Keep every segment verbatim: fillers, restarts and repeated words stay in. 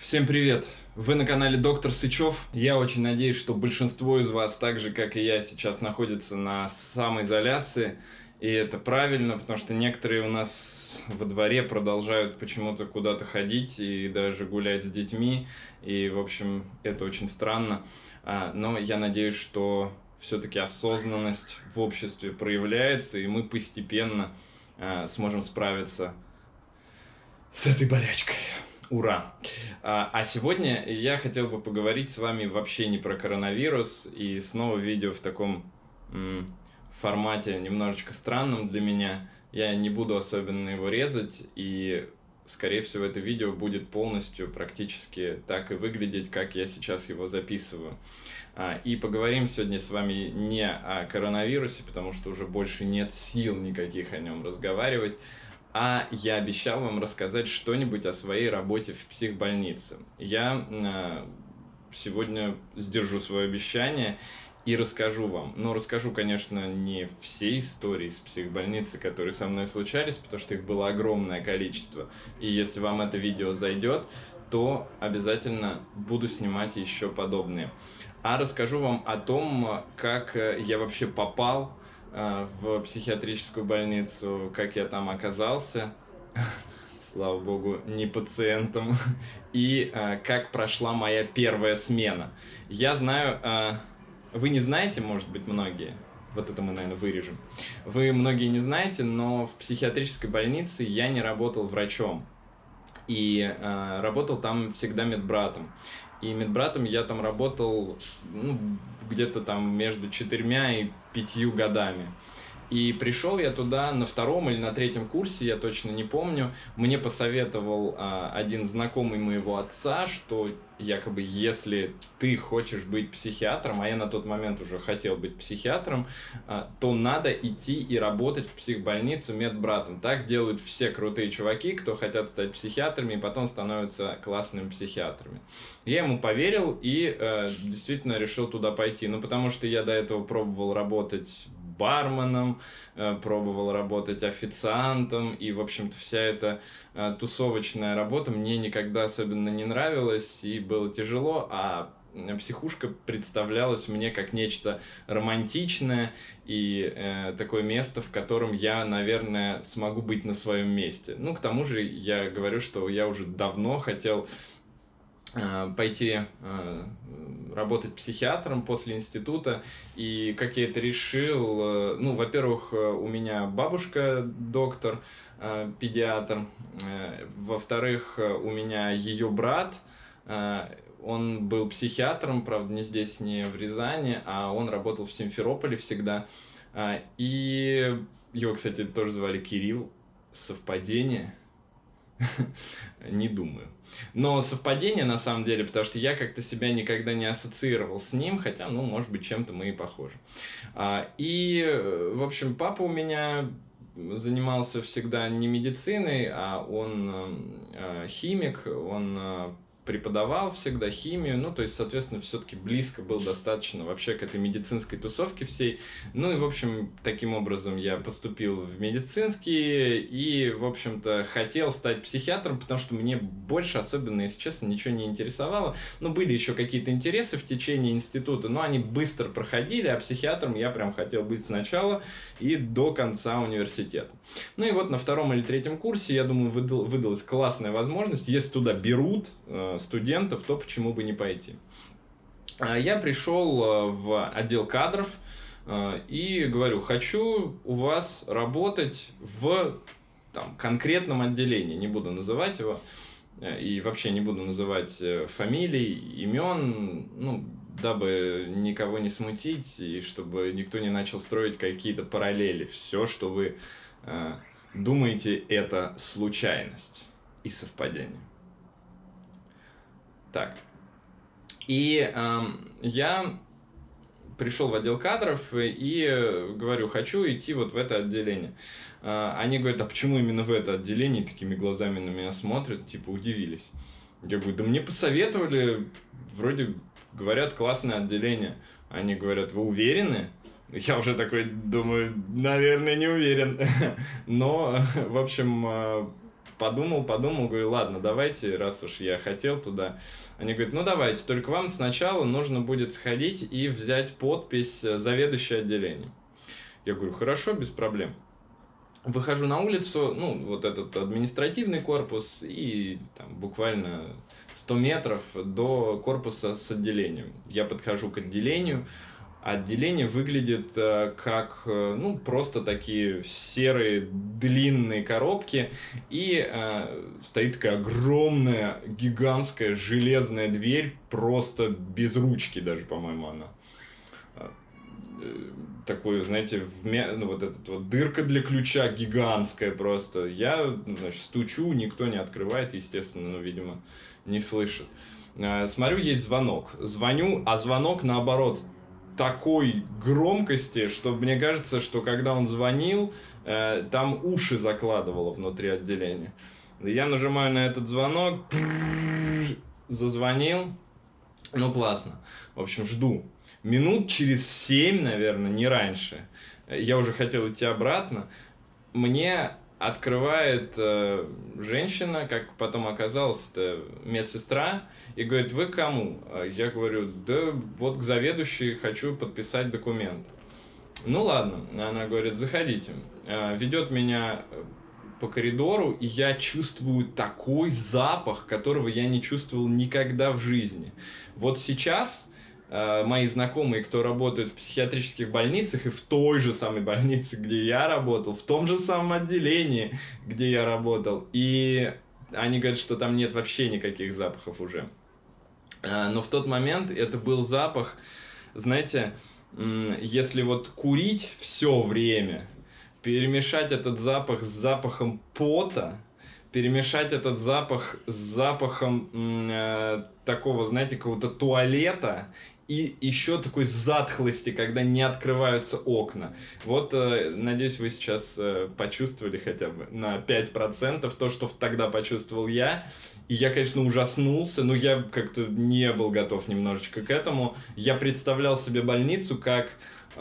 Всем привет! Вы на канале Доктор Сычев. Я очень надеюсь, что большинство из вас, так же как и я, сейчас находится на самоизоляции. И это правильно, потому что некоторые у нас во дворе продолжают почему-то куда-то ходить и даже гулять с детьми. И, в общем, это очень странно. Но я надеюсь, что все-таки осознанность в обществе проявляется, и мы постепенно сможем справиться с этой болячкой. Ура! А сегодня я хотел бы поговорить с вами вообще не про коронавирус, и снова видео в таком м, формате немножечко странном для меня. Я не буду особенно его резать, и, скорее всего, это видео будет полностью практически так и выглядеть, как я сейчас его записываю. И поговорим сегодня с вами не о коронавирусе, потому что уже больше нет сил никаких о нем разговаривать, а я обещал вам рассказать что-нибудь о своей работе в психбольнице. Я э, сегодня сдержу свое обещание и расскажу вам. Но расскажу, конечно, не все истории с психбольницы, которые со мной случались, потому что их было огромное количество. И если вам это видео зайдет, то обязательно буду снимать еще подобные. А расскажу вам о том, как я вообще попал в психиатрическую больницу, как я там оказался, слава богу, не пациентом, и а, как прошла моя первая смена. Я знаю, а, вы не знаете, может быть, многие, вот это мы, наверное, вырежем, вы многие не знаете, но в психиатрической больнице я не работал врачом, и а, работал там всегда медбратом. И медбратом я там работал ну, где-то там между четырьмя и пятью годами. И пришел я туда на втором или на третьем курсе, я точно не помню. Мне посоветовал а, один знакомый моего отца, что якобы если ты хочешь быть психиатром, а я на тот момент уже хотел быть психиатром, а, то надо идти и работать в психбольницу медбратом. Так делают все крутые чуваки, кто хотят стать психиатрами и потом становятся классными психиатрами. Я ему поверил и э, действительно решил туда пойти. Ну, потому что я до этого пробовал работать барменом, пробовал работать официантом, и, в общем-то, вся эта тусовочная работа мне никогда особенно не нравилась, и было тяжело, а психушка представлялась мне как нечто романтичное и э, такое место, в котором я, наверное, смогу быть на своем месте. Ну, к тому же, я говорю, что я уже давно хотел пойти э, работать психиатром после института, и как я это решил, э, ну, во-первых, у меня бабушка доктор, э, педиатр, э, во-вторых, у меня ее брат, э, он был психиатром, правда, не здесь, не в Рязани, а он работал в Симферополе всегда, э, и его, кстати, тоже звали Кирилл. Совпадение? Не думаю. Но совпадение на самом деле, потому что я как-то себя никогда не ассоциировал с ним, хотя, ну, может быть, чем-то мы и похожи. И, в общем, папа у меня занимался всегда не медициной, а он химик, он преподавал всегда химию, ну, то есть, соответственно, все-таки близко был достаточно вообще к этой медицинской тусовке всей. Ну, и, в общем, таким образом я поступил в медицинский и, в общем-то, хотел стать психиатром, потому что мне больше особенно, если честно, ничего не интересовало. Ну, были еще какие-то интересы в течение института, но они быстро проходили, а психиатром я прям хотел быть сначала и до конца университета. Ну, и вот на втором или третьем курсе, я думаю, выдал, выдалась классная возможность, если туда берут студентов, то почему бы не пойти. Я пришел в отдел кадров и говорю, хочу у вас работать в там, конкретном отделении, не буду называть его, и вообще не буду называть фамилий, имен, ну, дабы никого не смутить, и чтобы никто не начал строить какие-то параллели. Все, что вы думаете, это случайность и совпадение. Так, и э, я пришел в отдел кадров и говорю, хочу идти вот в это отделение. Э, они говорят, а почему именно в это отделение? И такими глазами на меня смотрят, типа удивились. Я говорю, да мне посоветовали, вроде говорят, классное отделение. Они говорят, вы уверены? Я уже такой думаю, наверное, не уверен. Но, в общем... подумал, подумал, говорю, ладно, давайте, раз уж я хотел туда. Они говорят, ну давайте, только вам сначала нужно будет сходить и взять подпись заведующей отделением. Я говорю, хорошо, без проблем. Выхожу на улицу, ну, вот этот административный корпус, и там буквально сто метров до корпуса с отделением. Я подхожу к отделению. Отделение выглядит э, как, э, ну, просто такие серые длинные коробки, и э, стоит такая огромная, гигантская железная дверь, просто без ручки даже, по-моему, она. Такой, знаете, в мя... ну, вот этот вот дырка для ключа гигантская просто. Я, значит, стучу, никто не открывает, естественно, ну, видимо, не слышит. Смотрю, есть звонок. Звоню, а звонок, наоборот, такой громкости, что мне кажется, что когда он звонил, э, там уши закладывало внутри отделения. Я нажимаю на этот звонок, зазвонил, ну классно. В общем, жду. Минут через семь, наверное, не раньше, я уже хотел идти обратно, мне открывает э, женщина, как потом оказалось, это медсестра, и говорит, вы к кому? Я говорю, да вот к заведующей хочу подписать документ. Ну ладно, она говорит, заходите. Ведет меня по коридору, и я чувствую такой запах, которого я не чувствовал никогда в жизни. Вот сейчас мои знакомые, кто работает в психиатрических больницах, и в той же самой больнице, где я работал, в том же самом отделении, где я работал, и они говорят, что там нет вообще никаких запахов уже. Но в тот момент это был запах, знаете, если вот курить все время, перемешать этот запах с запахом пота, перемешать этот запах с запахом э, такого, знаете, какого-то туалета, и еще такой затхлости, когда не открываются окна. Вот, э, надеюсь, вы сейчас э, почувствовали хотя бы на пять процентов то, что тогда почувствовал я. И я, конечно, ужаснулся, но я как-то не был готов немножечко к этому. Я представлял себе больницу как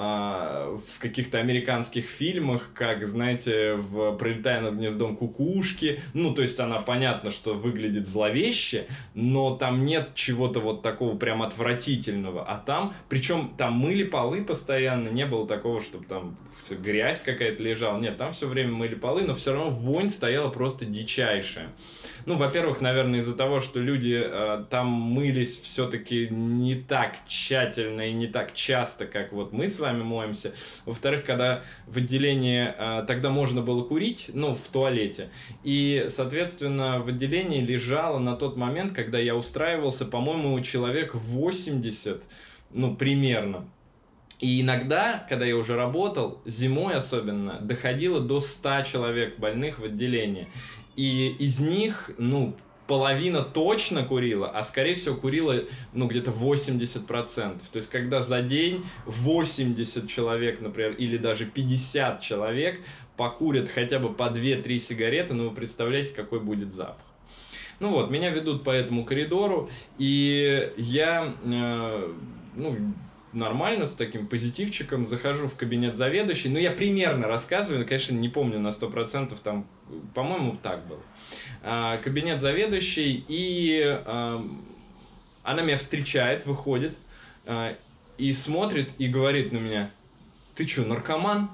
в каких-то американских фильмах, как, знаете, в «Пролетая над гнездом кукушки». Ну, то есть она, понятно, что выглядит зловеще, но там нет чего-то вот такого прям отвратительного. А там, причем там мыли полы постоянно, не было такого, чтобы там грязь какая-то лежала. Нет, там все время мыли полы, но все равно вонь стояла просто дичайшая. Ну, во-первых, наверное, из-за того, что люди э, там мылись все-таки не так тщательно и не так часто, как вот мы с вами моемся. Во-вторых, когда в отделении э, тогда можно было курить, ну, в туалете. И, соответственно, в отделении лежало на тот момент, когда я устраивался, по-моему, человек восемьдесят, ну, примерно. И иногда, когда я уже работал, зимой особенно, доходило до ста человек больных в отделении. И из них, ну, половина точно курила, а скорее всего курила, ну, где-то восемьдесят процентов. То есть, когда за день восемьдесят человек, например, или даже пятьдесят человек покурят хотя бы по две-три сигареты, ну, вы представляете, какой будет запах. Ну вот, меня ведут по этому коридору, и я, э, ну, нормально, с таким позитивчиком захожу в кабинет заведующей. Ну, я примерно рассказываю, конечно, не помню на сто процентов, там, по-моему, так было. А, кабинет заведующей, и а, она меня встречает, выходит, а, и смотрит, и говорит на меня, ты что, наркоман?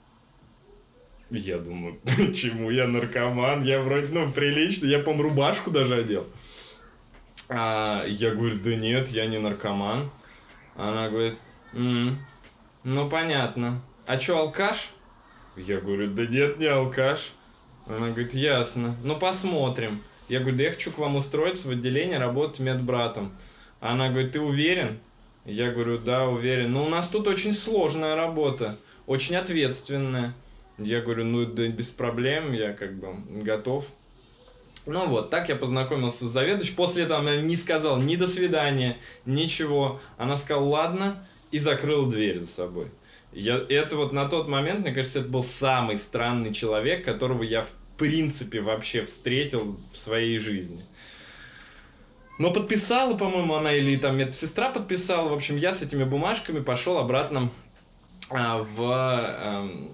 Я думаю, почему я наркоман? Я вроде, ну, прилично, я, по-моему, рубашку даже одел. А, я говорю, да нет, я не наркоман. Она говорит, м-м, ну понятно. А чё, алкаш? Я говорю, да нет, не алкаш. Она говорит, ясно. Ну посмотрим. Я говорю, да я хочу к вам устроиться в отделение, работать медбратом. Она говорит, ты уверен? Я говорю, да, уверен. Ну у нас тут очень сложная работа, очень ответственная. Я говорю, ну да без проблем, я как бы готов. Ну вот, так я познакомился с заведующей. После этого она не сказала ни до свидания, ничего. Она сказала, ладно, и закрыла дверь за собой. Я, это вот на тот момент, мне кажется, это был самый странный человек, которого я в принципе вообще встретил в своей жизни. Но подписала, по-моему, она, или там медсестра подписала. В общем, я с этими бумажками пошел обратно а, в... А,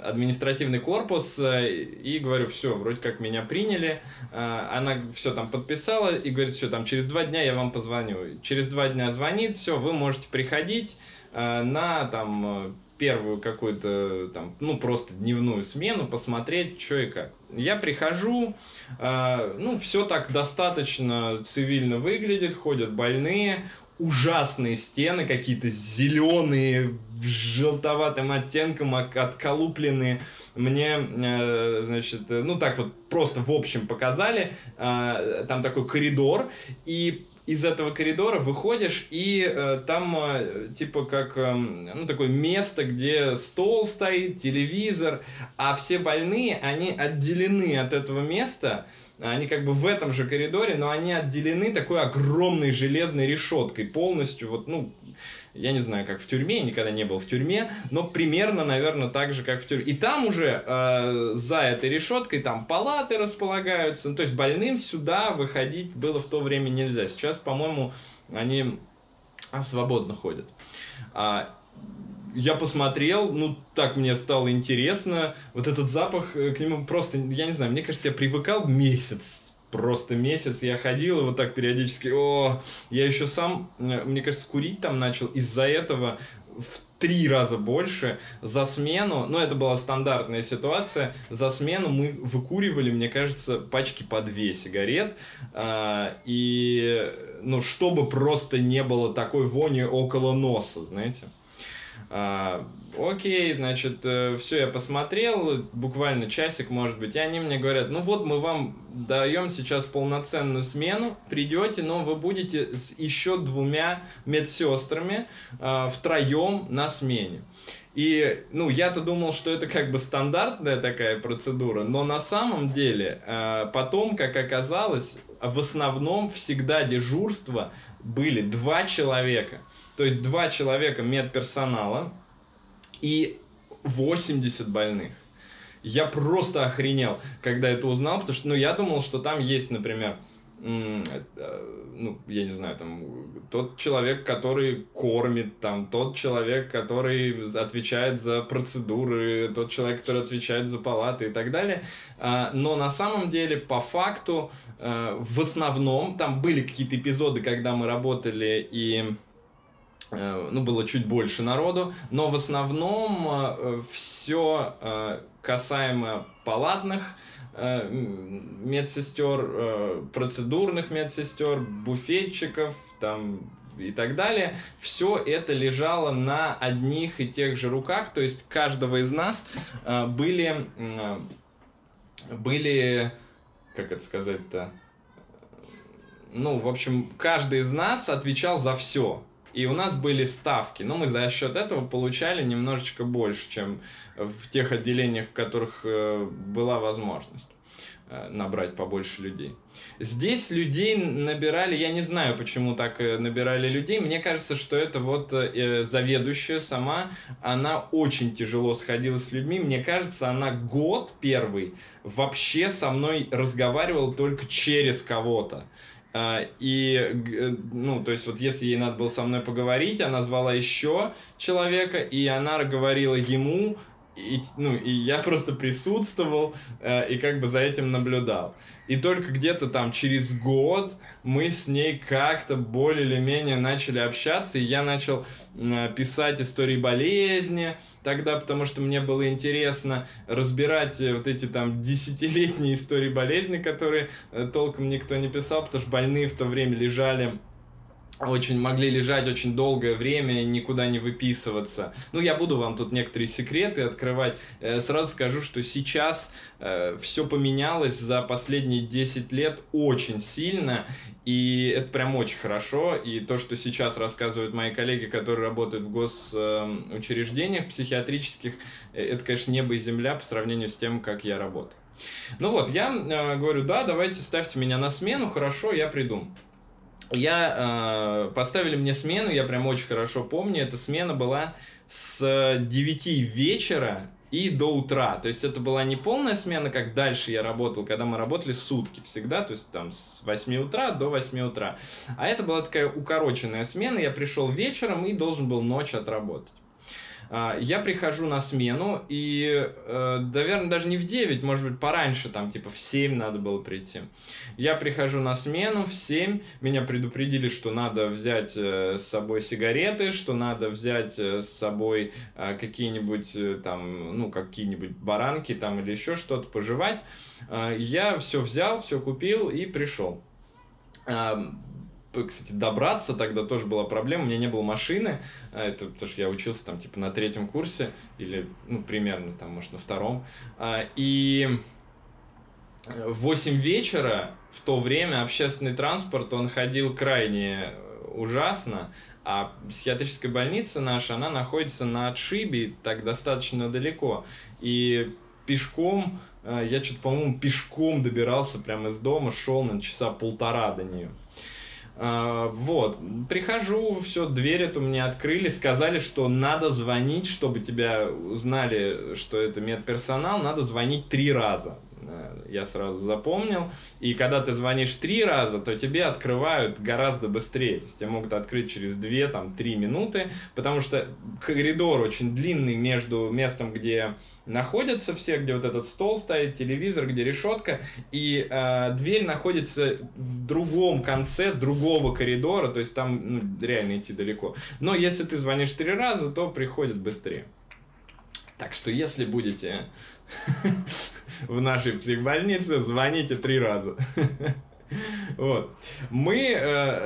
административный корпус, и говорю, все, вроде как меня приняли. Она все там подписала и говорит, все, там через два дня я вам позвоню. Через два дня звонит, все, вы можете приходить на там первую какую-то там, ну, просто дневную смену, посмотреть, что и как. Я прихожу, ну, все так достаточно цивильно выглядит, ходят больные, ужасные стены, какие-то зеленые, желтоватым оттенком отколупленные. Мне, значит, ну так вот просто в общем показали. Там такой коридор, и из этого коридора выходишь, и э, там э, типа как э, ну, такое место, где стол стоит, телевизор, а все больные, они отделены от этого места, они как бы в этом же коридоре, но они отделены такой огромной железной решеткой полностью, вот, ну, я не знаю, как в тюрьме, я никогда не был в тюрьме, но примерно, наверное, так же, как в тюрьме. И там уже э, за этой решеткой там палаты располагаются, ну, то есть больным сюда выходить было в то время нельзя. Сейчас, по-моему, они свободно ходят. А, я посмотрел, ну, так мне стало интересно, вот этот запах, к нему просто, я не знаю, мне кажется, я привыкал месяц. Просто месяц я ходил, и вот так периодически, о, я еще сам, мне кажется, курить там начал из-за этого в три раза больше за смену, ну, это была стандартная ситуация, за смену мы выкуривали, мне кажется, пачки по две сигарет, а, и, ну, чтобы просто не было такой вони около носа, знаете. А, окей, значит, все, я посмотрел, буквально часик, может быть, и они мне говорят, ну вот мы вам даем сейчас полноценную смену, придете, но вы будете с еще двумя медсестрами а, втроем на смене. И, ну, я-то думал, что это как бы стандартная такая процедура, но на самом деле, а, потом, как оказалось, в основном всегда дежурства были два человека. То есть два человека медперсонала и восемьдесят больных. Я просто охренел, когда это узнал, потому что, ну, я думал, что там есть, например, ну, я не знаю, там, тот человек, который кормит, там, тот человек, который отвечает за процедуры, тот человек, который отвечает за палаты и так далее. Но на самом деле, по факту, в основном, там были какие-то эпизоды, когда мы работали и... ну, было чуть больше народу, но в основном э, все э, касаемо палатных э, медсестер, э, процедурных медсестер, буфетчиков там, и так далее, все это лежало на одних и тех же руках, то есть каждого из нас э, были, э, были, как это сказать-то, ну, в общем, каждый из нас отвечал за все. И у нас были ставки, но мы за счет этого получали немножечко больше, чем в тех отделениях, в которых э, была возможность э, набрать побольше людей. Здесь людей набирали, я не знаю, почему так набирали людей, мне кажется, что это вот э, заведующая сама, она очень тяжело сходила с людьми, мне кажется, она год первый вообще со мной разговаривала только через кого-то. И, ну, то есть, вот если ей надо было со мной поговорить, она звала еще человека, и она говорила ему, и, ну, и я просто присутствовал, и как бы за этим наблюдал. И только где-то там через год мы с ней как-то более или менее начали общаться, и я начал писать истории болезни тогда, потому что мне было интересно разбирать вот эти там десятилетние истории болезни, которые толком никто не писал, потому что больные в то время лежали, очень могли лежать очень долгое время и никуда не выписываться. Ну, я буду вам тут некоторые секреты открывать. Сразу скажу, что сейчас э, все поменялось за последние десять лет очень сильно, и это прям очень хорошо. И то, что сейчас рассказывают мои коллеги, которые работают в госучреждениях психиатрических, это, конечно, небо и земля по сравнению с тем, как я работаю. Ну вот, я э, говорю, да, давайте ставьте меня на смену, хорошо, я приду. Я, э, поставили мне смену, я прям очень хорошо помню, эта смена была с девяти вечера и до утра, то есть это была не полная смена, как дальше я работал, когда мы работали сутки всегда, то есть там с восьми утра до восьми утра, а это была такая укороченная смена, я пришел вечером и должен был ночь отработать. Я прихожу на смену, и, наверное, даже не в девять, может быть, пораньше, там, типа, в семь надо было прийти. Я прихожу на смену в семь, меня предупредили, что надо взять с собой сигареты, что надо взять с собой какие-нибудь, там, ну, какие-нибудь баранки, там, или еще что-то пожевать. Я все взял, все купил и пришел. Кстати, добраться тогда тоже была проблема, у меня не было машины, это потому что я учился там типа на третьем курсе, или ну примерно там, может, на втором, и в восемь вечера в то время общественный транспорт, он ходил крайне ужасно, а психиатрическая больница наша, она находится на отшибе, так достаточно далеко, и пешком, я что-то, по-моему, пешком добирался прямо из дома, шел на часа полтора до нее. Uh, вот, прихожу, все, дверь эту мне открыли, сказали, что надо звонить, чтобы тебя узнали, что это медперсонал, надо звонить три раза. Я сразу запомнил. И когда ты звонишь три раза, то тебе открывают гораздо быстрее. То есть тебе могут открыть через две-три минуты, потому что коридор очень длинный между местом, где находятся все, где вот этот стол стоит, телевизор, где решетка, и э, дверь находится в другом конце другого коридора, то есть там ну, реально идти далеко. Но если ты звонишь три раза, то приходит быстрее. Так что если будете в нашей психбольнице, звоните три раза. Вот. Мы, э,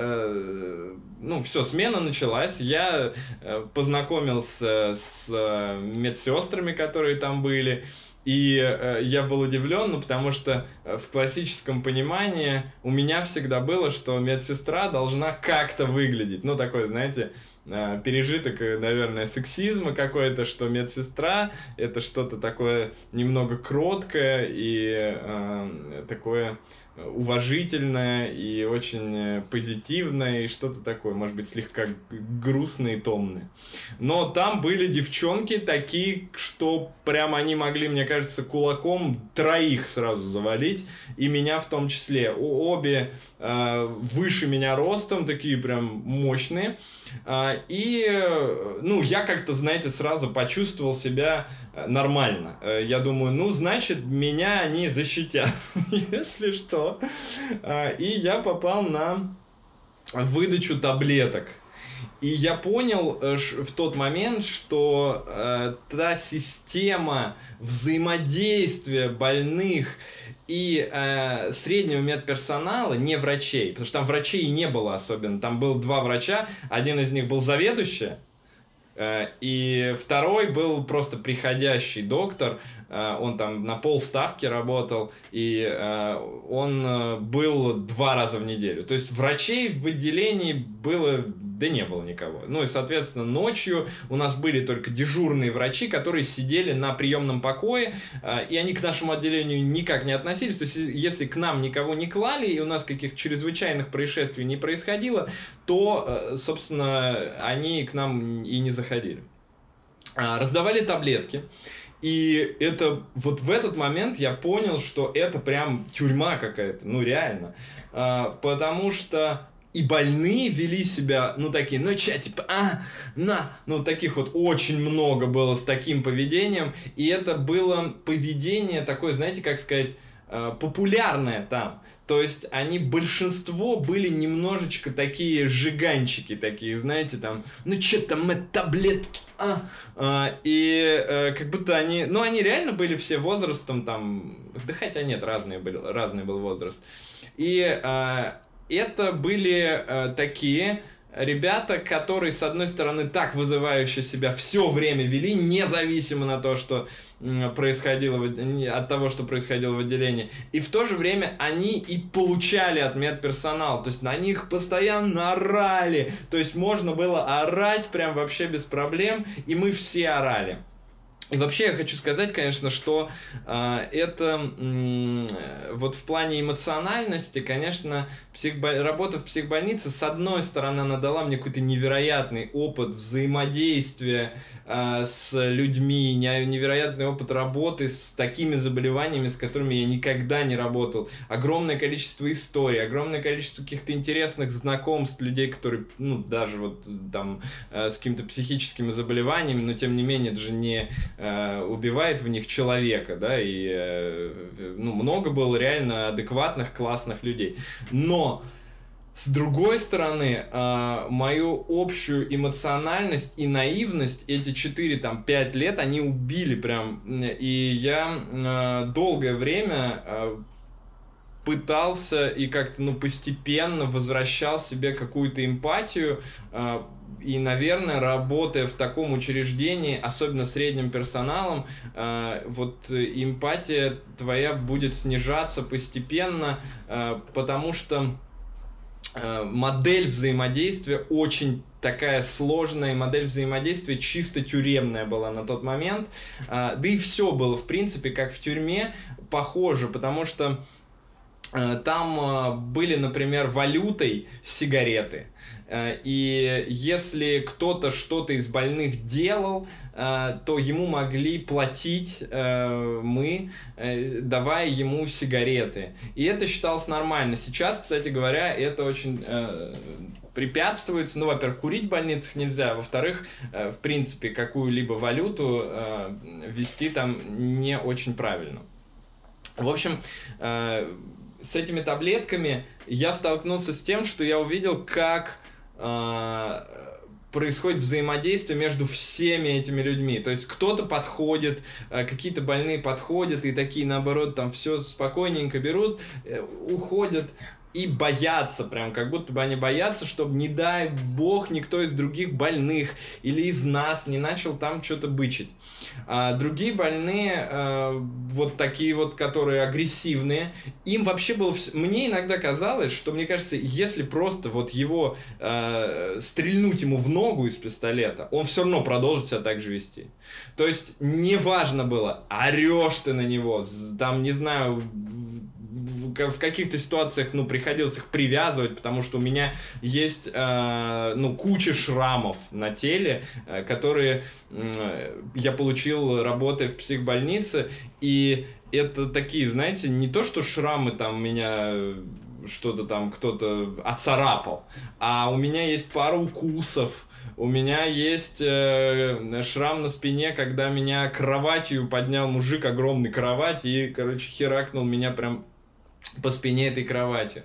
э, ну, все, смена началась, я э, познакомился с э, медсестрами, которые там были, и э, я был удивлен, ну, потому что в классическом понимании у меня всегда было, что медсестра должна как-то выглядеть, ну, такой, знаете, э, пережиток, наверное, сексизма какой-то, что медсестра — это что-то такое немного кроткое и э, такое уважительное и очень позитивное, и что-то такое, может быть, слегка грустное и томное. Но там были девчонки такие, что прям они могли, мне кажется, кулаком троих сразу завалить, и меня в том числе. Обе э, выше меня ростом, такие прям мощные. Э, и, ну, я как-то, знаете, сразу почувствовал себя нормально. Э, я думаю, ну, значит, меня они защитят, если что. И я попал на выдачу таблеток. И я понял в тот момент, что э, та система взаимодействия больных и э, среднего медперсонала, не врачей, потому что там врачей и не было особенно. Там было два врача, один из них был заведующий, э, и второй был просто приходящий доктор. Он там на полставки работал, и э, он был два раза в неделю. То есть врачей в отделении было, да не было никого. Ну и, соответственно, ночью у нас были только дежурные врачи, которые сидели на приемном покое, э, и они к нашему отделению никак не относились. То есть если к нам никого не клали, и у нас каких-то чрезвычайных происшествий не происходило, то, э, собственно, они к нам и не заходили. Э, раздавали таблетки. И это вот в этот момент я понял, что это прям тюрьма какая-то, ну реально. А, потому что и больные вели себя, ну такие, ну чё, типа, а, на, ну таких вот очень много было с таким поведением. И это было поведение такое, знаете, как сказать, популярное там. То есть они, большинство были немножечко такие жиганчики, такие, знаете, там, ну что там, это таблетки, а? а и э, как будто они, ну они реально были все возрастом там, да хотя нет, разные были, разный был возраст. И э, это были э, такие ребята, которые, с одной стороны, так вызывающе себя все время вели, независимо на то, что происходило в, от того, что происходило в отделении. И в то же время они и получали от медперсонала. То есть на них постоянно орали. То есть можно было орать прям вообще без проблем. И мы все орали. И вообще я хочу сказать, конечно, что э, это м, вот в плане эмоциональности, конечно, психбо... работа в психбольнице, с одной стороны, она дала мне какой-то невероятный опыт взаимодействия э, с людьми, невероятный опыт работы с такими заболеваниями, с которыми я никогда не работал. Огромное количество историй, огромное количество каких-то интересных знакомств, людей, которые, ну, даже вот там э, с какими-то психическими заболеваниями, но тем не менее, это же не... убивает в них человека, да, и ну, много было реально адекватных, классных людей. Но с другой стороны, мою общую эмоциональность и наивность эти четыре-пять лет, они убили прям, и я долгое время пытался и как-то, ну, постепенно возвращал себе какую-то эмпатию, и, наверное, работая в таком учреждении, особенно средним персоналом, вот эмпатия твоя будет снижаться постепенно, потому что модель взаимодействия очень такая сложная, модель взаимодействия чисто тюремная была на тот момент, да и все было, в принципе, как в тюрьме, похоже, потому что там были, например, валютой сигареты. И если кто-то что-то из больных делал, то ему могли платить мы, давая ему сигареты. И это считалось нормально. Сейчас, кстати говоря, это очень препятствуется. Ну, во-первых, курить в больницах нельзя. Во-вторых, в принципе, какую-либо валюту вести там не очень правильно. В общем, с этими таблетками я столкнулся с тем, что я увидел, как э, происходит взаимодействие между всеми этими людьми. То есть кто-то подходит, э, какие-то больные подходят и такие, наоборот, там все спокойненько берут, э, уходят и боятся, прям как будто бы они боятся, чтобы, не дай бог, никто из других больных или из нас не начал там что-то бычить. А другие больные, э, вот такие вот, которые агрессивные, им вообще было... Вс... Мне иногда казалось, что, мне кажется, если просто вот его э, стрельнуть ему в ногу из пистолета, он все равно продолжит себя так же вести. То есть неважно было, орешь ты на него, там, не знаю... в каких-то ситуациях, ну, приходилось их привязывать, потому что у меня есть, э, ну, куча шрамов на теле, э, которые э, я получил, работая в психбольнице, и это такие, знаете, не то, что шрамы там меня что-то там кто-то оцарапал, а у меня есть пара укусов. У меня есть э, шрам на спине, когда меня кроватью поднял мужик, огромный кровать, и, короче, херакнул меня прям по спине этой кровати.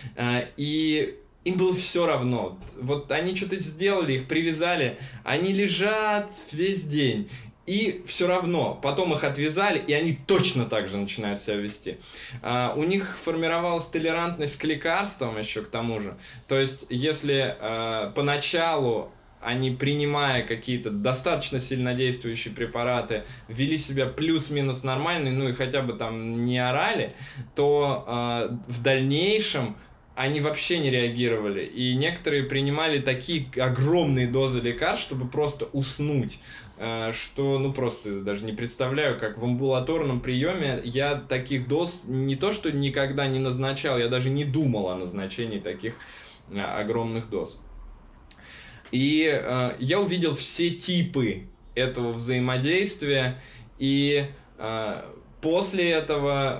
И им было все равно. Вот они что-то сделали, их привязали, они лежат весь день. И все равно, потом их отвязали, и они точно так же начинают себя вести. А, у них формировалась толерантность к лекарствам еще к тому же. То есть, если а, поначалу они, принимая какие-то достаточно сильнодействующие препараты, вели себя плюс-минус нормально, ну и хотя бы там не орали, то э, в дальнейшем они вообще не реагировали. И некоторые принимали такие огромные дозы лекарств, чтобы просто уснуть. Э, что, ну, просто даже не представляю, как в амбулаторном приеме я таких доз не то что никогда не назначал, я даже не думал о назначении таких э, огромных доз. И э, я увидел все типы этого взаимодействия, и э, после этого,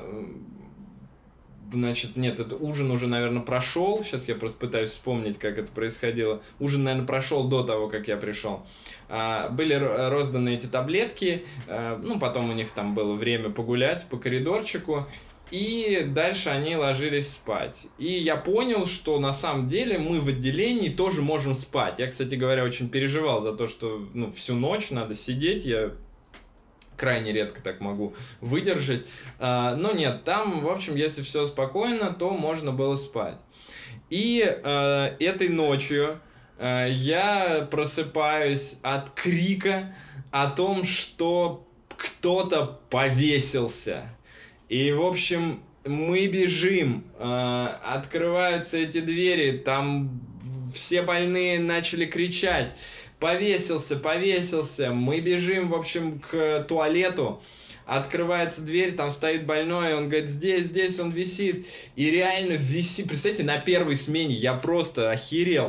значит, нет, этот ужин уже, наверное, прошел, сейчас я просто пытаюсь вспомнить, как это происходило, ужин, наверное, прошел до того, как я пришел. Э, были розданы эти таблетки, э, ну, потом у них там было время погулять по коридорчику, и дальше они ложились спать. И я понял, что на самом деле мы в отделении тоже можем спать. Я, кстати говоря, очень переживал за то, что ну, всю ночь надо сидеть. Я крайне редко так могу выдержать. А, но нет, там, в общем, если все спокойно, то можно было спать. И а, этой ночью а, я просыпаюсь от крика о том, что кто-то повесился. И, в общем, мы бежим, э, открываются эти двери, там все больные начали кричать. Повесился, повесился. Мы бежим, в общем, к туалету. Открывается дверь, там стоит больной, он говорит, здесь, здесь он висит. И реально висит, представьте, на первой смене я просто охерел.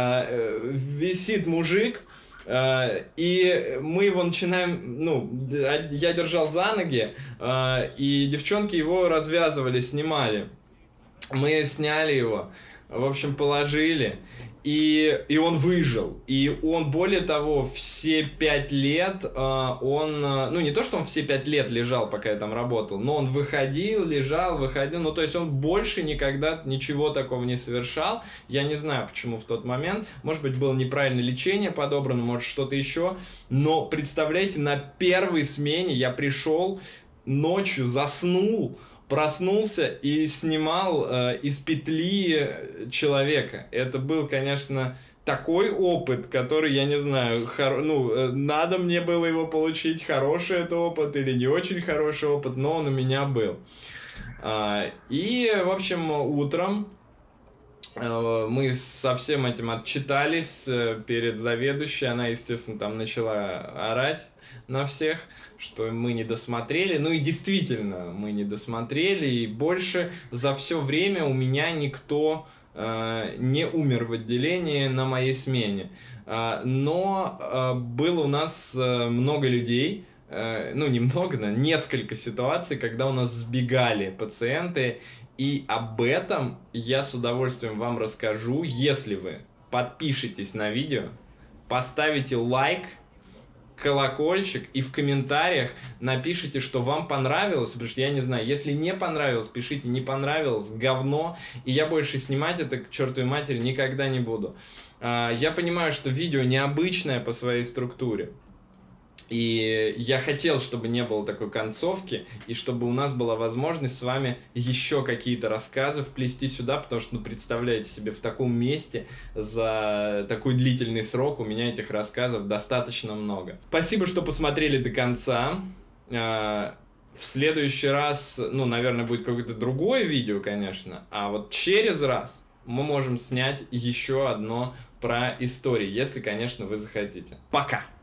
Висит мужик, и мы его начинаем, ну, я держал за ноги, и девчонки его развязывали, снимали. Мы сняли его, в общем, положили. И, и он выжил. И он, более того, все пять лет, э, он, э, ну не то, что он все пять лет лежал, пока я там работал, но он выходил, лежал, выходил, ну то есть он больше никогда ничего такого не совершал. Я не знаю, почему в тот момент, может быть, было неправильное лечение подобрано, может, что-то еще, но представляете, на первой смене я пришел, ночью заснул, проснулся и снимал э, из петли человека. Это был, конечно, такой опыт, который, я не знаю, хор... ну, э, надо мне было его получить, хороший это опыт или не очень хороший опыт, но он у меня был. А, и, в общем, утром э, мы со всем этим отчитались э, перед заведующей. Она, естественно, там начала орать на всех, что мы не досмотрели. Ну и действительно, мы не досмотрели. И больше за все время у меня никто э, не умер в отделении на моей смене. Э, но э, было у нас э, много людей, э, ну немного, но несколько ситуаций, когда у нас сбегали пациенты. И об этом я с удовольствием вам расскажу, если вы подпишитесь на видео, поставите лайк, колокольчик и в комментариях напишите, что вам понравилось, потому что я не знаю, если не понравилось, пишите не понравилось, говно, и я больше снимать это к чертовой матери никогда не буду. Я понимаю, что видео необычное по своей структуре, и я хотел, чтобы не было такой концовки, и чтобы у нас была возможность с вами еще какие-то рассказы вплести сюда, потому что, ну, представляете себе, в таком месте за такой длительный срок у меня этих рассказов достаточно много. Спасибо, что посмотрели до конца. В следующий раз, ну, наверное, будет какое-то другое видео, конечно, а вот через раз мы можем снять еще одно про истории, если, конечно, вы захотите. Пока!